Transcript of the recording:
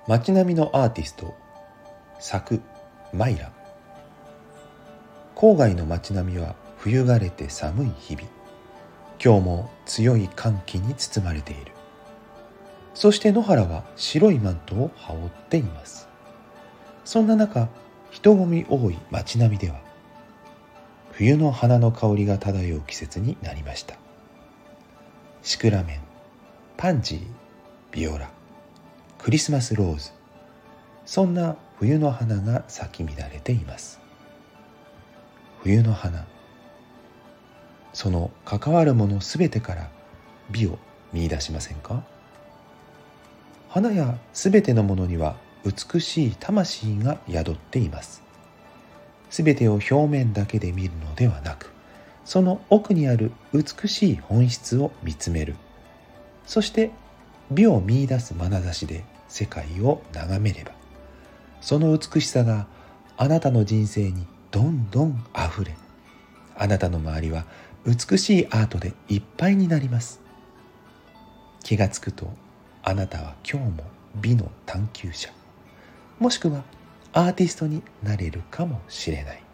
街並みのアーティスト作マイラ。郊外の街並みは冬がれて寒い日々、今日も強い寒気に包まれている。そして野原は白いマントを羽織っています。そんな中、人混み多い街並みでは冬の花の香りが漂う季節になりました。シクラメン、パンジー、ビオラ、クリスマスローズ、そんな冬の花が咲き乱れています。冬の花、その関わるものすべてから美を見出しませんか？花やすべてのものには美しい魂が宿っています。すべてを表面だけで見るのではなく、その奥にある美しい本質を見つめる。そして美を見出す眼差しで世界を眺めれば、その美しさがあなたの人生にどんどんあふれ、あなたの周りは美しいアートでいっぱいになります。気がつくと、あなたは今日も美の探求者、もしくはアーティストになれるかもしれない。